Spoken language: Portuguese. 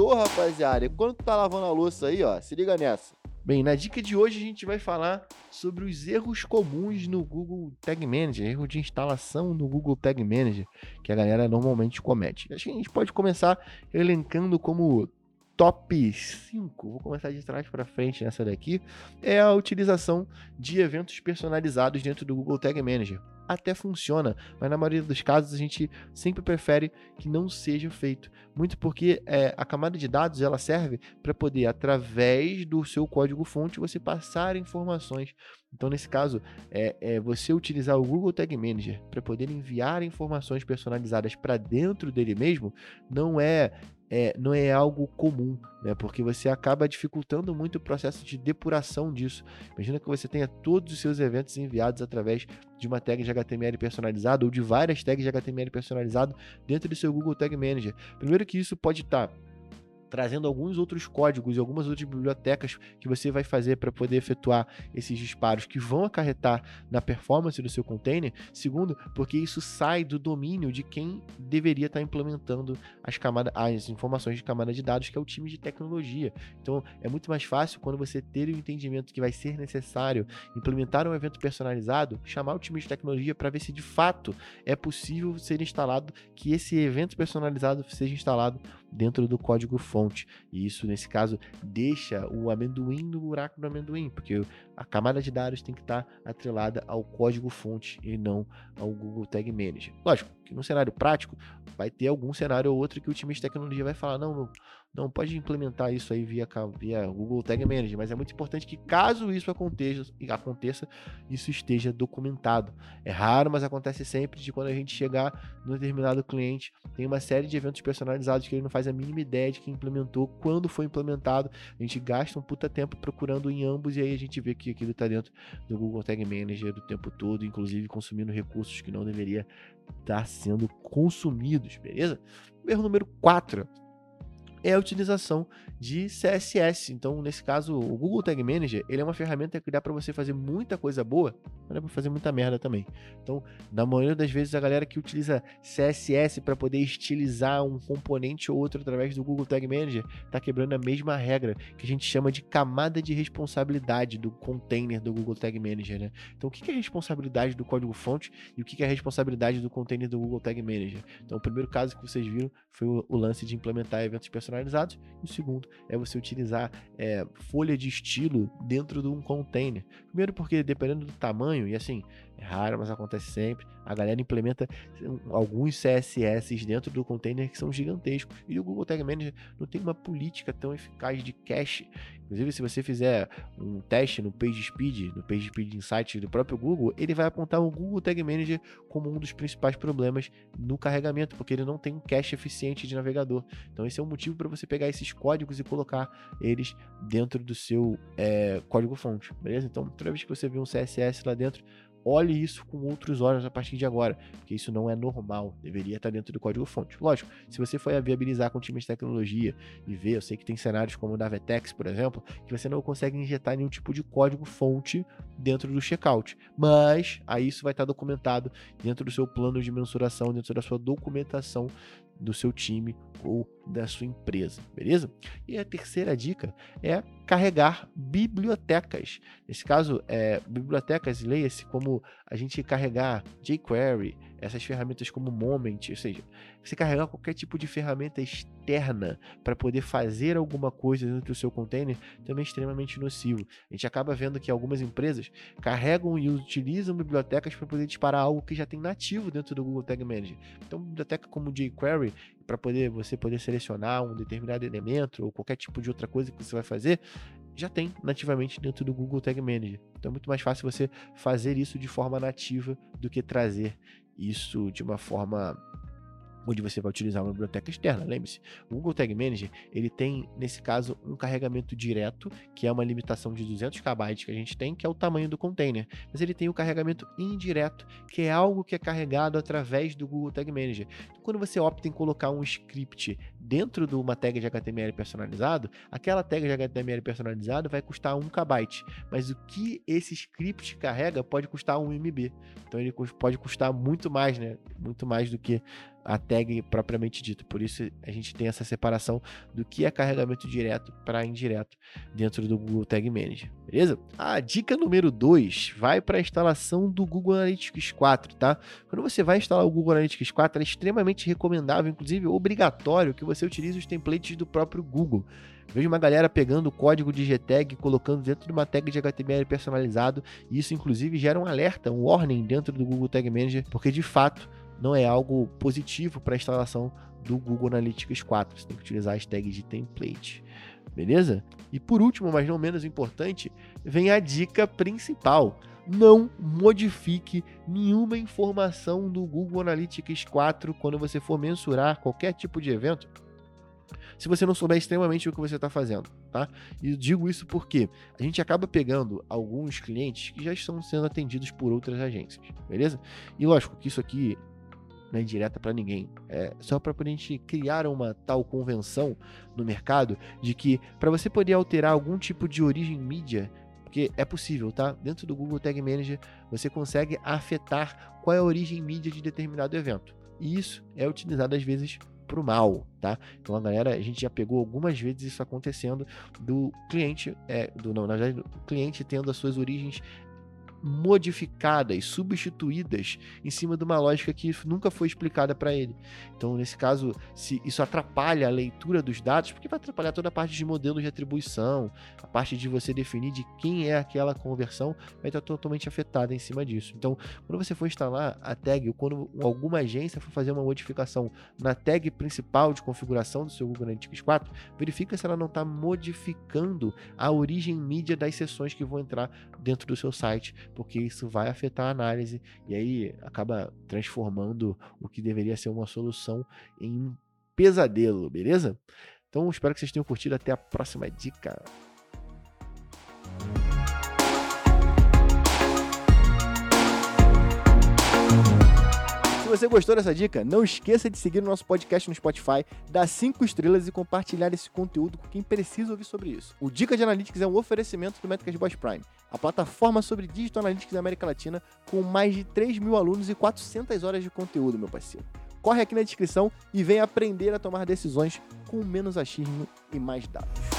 Sextou, rapaziada. E quando tu tá lavando a louça aí, ó, se liga nessa. Bem, na dica de hoje a gente vai falar sobre os erros comuns no Google Tag Manager, erro de instalação no Google Tag Manager, que a galera normalmente comete. Acho que a gente pode começar elencando como top 5, vou começar de trás para frente nessa daqui, é a utilização de eventos personalizados dentro do Google Tag Manager. Até funciona, mas na maioria dos casos a gente sempre prefere que não seja feito. Muito porque a camada de dados ela serve para poder, através do seu código-fonte, você passar informações. Então, nesse caso, você utilizar o Google Tag Manager para poder enviar informações personalizadas para dentro dele mesmo, não é algo comum, né? Porque você acaba dificultando muito o processo de depuração disso. Imagina que você tenha todos os seus eventos enviados através de uma tag de HTML personalizado ou de várias tags de HTML personalizado dentro do seu Google Tag Manager. Primeiro que isso pode estar trazendo alguns outros códigos e algumas outras bibliotecas que você vai fazer para poder efetuar esses disparos que vão acarretar na performance do seu container. Segundo, porque isso sai do domínio de quem deveria estar implementando as informações de camada de dados, que é o time de tecnologia. Então, é muito mais fácil quando você ter o entendimento que vai ser necessário implementar um evento personalizado, chamar o time de tecnologia para ver se de fato é possível ser instalado, que esse evento personalizado seja instalado dentro do código-fonte. E isso, nesse caso, deixa o amendoim no buraco do amendoim, porque a camada de dados tem que estar atrelada ao código-fonte e não ao Google Tag Manager. Lógico que no cenário prático vai ter algum cenário ou outro que o time de tecnologia vai falar, não pode implementar isso aí via Google Tag Manager, mas é muito importante que caso isso aconteça, isso esteja documentado. É raro, mas acontece sempre de quando a gente chegar no determinado cliente, tem uma série de eventos personalizados que ele não faz a mínima ideia de quem implementou, quando foi implementado, a gente gasta um puta tempo procurando em ambos e aí a gente vê que aquilo está dentro do Google Tag Manager o tempo todo, inclusive consumindo recursos que não deveria estar sendo consumidos, beleza? Erro número 4 é a utilização de CSS. Então, nesse caso, o Google Tag Manager, ele é uma ferramenta que dá para você fazer muita coisa boa, mas dá para fazer muita merda também. Então, na maioria das vezes, a galera que utiliza CSS para poder estilizar um componente ou outro através do Google Tag Manager, está quebrando a mesma regra que a gente chama de camada de responsabilidade do container do Google Tag Manager, né? Então, o que é a responsabilidade do código-fonte e o que é a responsabilidade do container do Google Tag Manager? Então, o primeiro caso que vocês viram foi o lance de implementar eventos personalizados, e o segundo é você utilizar folha de estilo dentro de um container. Primeiro porque dependendo do tamanho, e assim, é raro, mas acontece sempre, a galera implementa alguns CSS dentro do container que são gigantescos, e o Google Tag Manager não tem uma política tão eficaz de cache. Inclusive, se você fizer um teste no PageSpeed Insights do próprio Google, ele vai apontar o Google Tag Manager como um dos principais problemas no carregamento, porque ele não tem um cache eficiente de navegador. Então esse é um motivo para você pegar esses códigos e colocar eles dentro do seu código-fonte, beleza? Então, toda vez que você vê um CSS lá dentro, olhe isso com outros olhos a partir de agora, porque isso não é normal, deveria estar dentro do código-fonte. Lógico, se você for viabilizar com times de tecnologia e ver, eu sei que tem cenários como o da Vetex, por exemplo, que você não consegue injetar nenhum tipo de código-fonte dentro do checkout, mas aí isso vai estar documentado dentro do seu plano de mensuração, dentro da sua documentação do seu time ou da sua empresa, beleza? E a terceira dica é carregar bibliotecas. Nesse caso, bibliotecas, leia-se como a gente carregar jQuery, essas ferramentas como Moment, ou seja, você carregar qualquer tipo de ferramenta externa para poder fazer alguma coisa dentro do seu container também é extremamente nocivo. A gente acaba vendo que algumas empresas carregam e utilizam bibliotecas para poder disparar algo que já tem nativo dentro do Google Tag Manager. Então, biblioteca como jQuery, para você poder selecionar um determinado elemento ou qualquer tipo de outra coisa que você vai fazer, já tem nativamente dentro do Google Tag Manager. Então é muito mais fácil você fazer isso de forma nativa do que trazer isso de uma forma onde você vai utilizar uma biblioteca externa. Lembre-se, o Google Tag Manager, ele tem, nesse caso, um carregamento direto, que é uma limitação de 200 KB que a gente tem, que é o tamanho do container. Mas ele tem o carregamento indireto, que é algo que é carregado através do Google Tag Manager. Então, quando você opta em colocar um script dentro de uma tag de HTML personalizado, aquela tag de HTML personalizado vai custar 1 KB, mas o que esse script carrega pode custar 1 MB. Então ele pode custar muito mais, né? Muito mais do que a tag propriamente dita. Por isso a gente tem essa separação do que é carregamento direto para indireto dentro do Google Tag Manager, beleza? A dica número 2 vai para a instalação do Google Analytics 4, tá? Quando você vai instalar o Google Analytics 4, é extremamente recomendável, inclusive obrigatório, que você utilize os templates do próprio Google. Vejo uma galera pegando o código de GTag e colocando dentro de uma tag de HTML personalizado, e isso inclusive gera um alerta, um warning dentro do Google Tag Manager, porque de fato não é algo positivo para a instalação do Google Analytics 4. Você tem que utilizar as tags de template, beleza? E por último, mas não menos importante, vem a dica principal. Não modifique nenhuma informação do Google Analytics 4 quando você for mensurar qualquer tipo de evento, se você não souber extremamente o que você está fazendo, tá? E eu digo isso porque a gente acaba pegando alguns clientes que já estão sendo atendidos por outras agências, beleza? E lógico que isso aqui não é indireta para ninguém, é só para a gente criar uma tal convenção no mercado de que para você poder alterar algum tipo de origem mídia, porque é possível, tá? Dentro do Google Tag Manager você consegue afetar qual é a origem mídia de determinado evento, e isso é utilizado às vezes pro mal, tá? Então a gente já pegou algumas vezes isso acontecendo do cliente, na verdade, o cliente tendo as suas origens modificadas, substituídas em cima de uma lógica que nunca foi explicada para ele. Então, nesse caso, se isso atrapalha a leitura dos dados, porque vai atrapalhar toda a parte de modelos de atribuição, a parte de você definir de quem é aquela conversão, vai estar totalmente afetada em cima disso. Então, quando você for instalar a tag, ou quando alguma agência for fazer uma modificação na tag principal de configuração do seu Google Analytics 4, verifica se ela não está modificando a origem mídia das sessões que vão entrar dentro do seu site, porque isso vai afetar a análise e aí acaba transformando o que deveria ser uma solução em um pesadelo, beleza? Então espero que vocês tenham curtido. Até a próxima dica. Se você gostou dessa dica, não esqueça de seguir o nosso podcast no Spotify, dar 5 estrelas e compartilhar esse conteúdo com quem precisa ouvir sobre isso. O Dica de Analytics é um oferecimento do Métricas Boss Prime, a plataforma sobre Digital Analytics da América Latina, com mais de 3 mil alunos e 400 horas de conteúdo, meu parceiro. Corre aqui na descrição e venha aprender a tomar decisões com menos achismo e mais dados.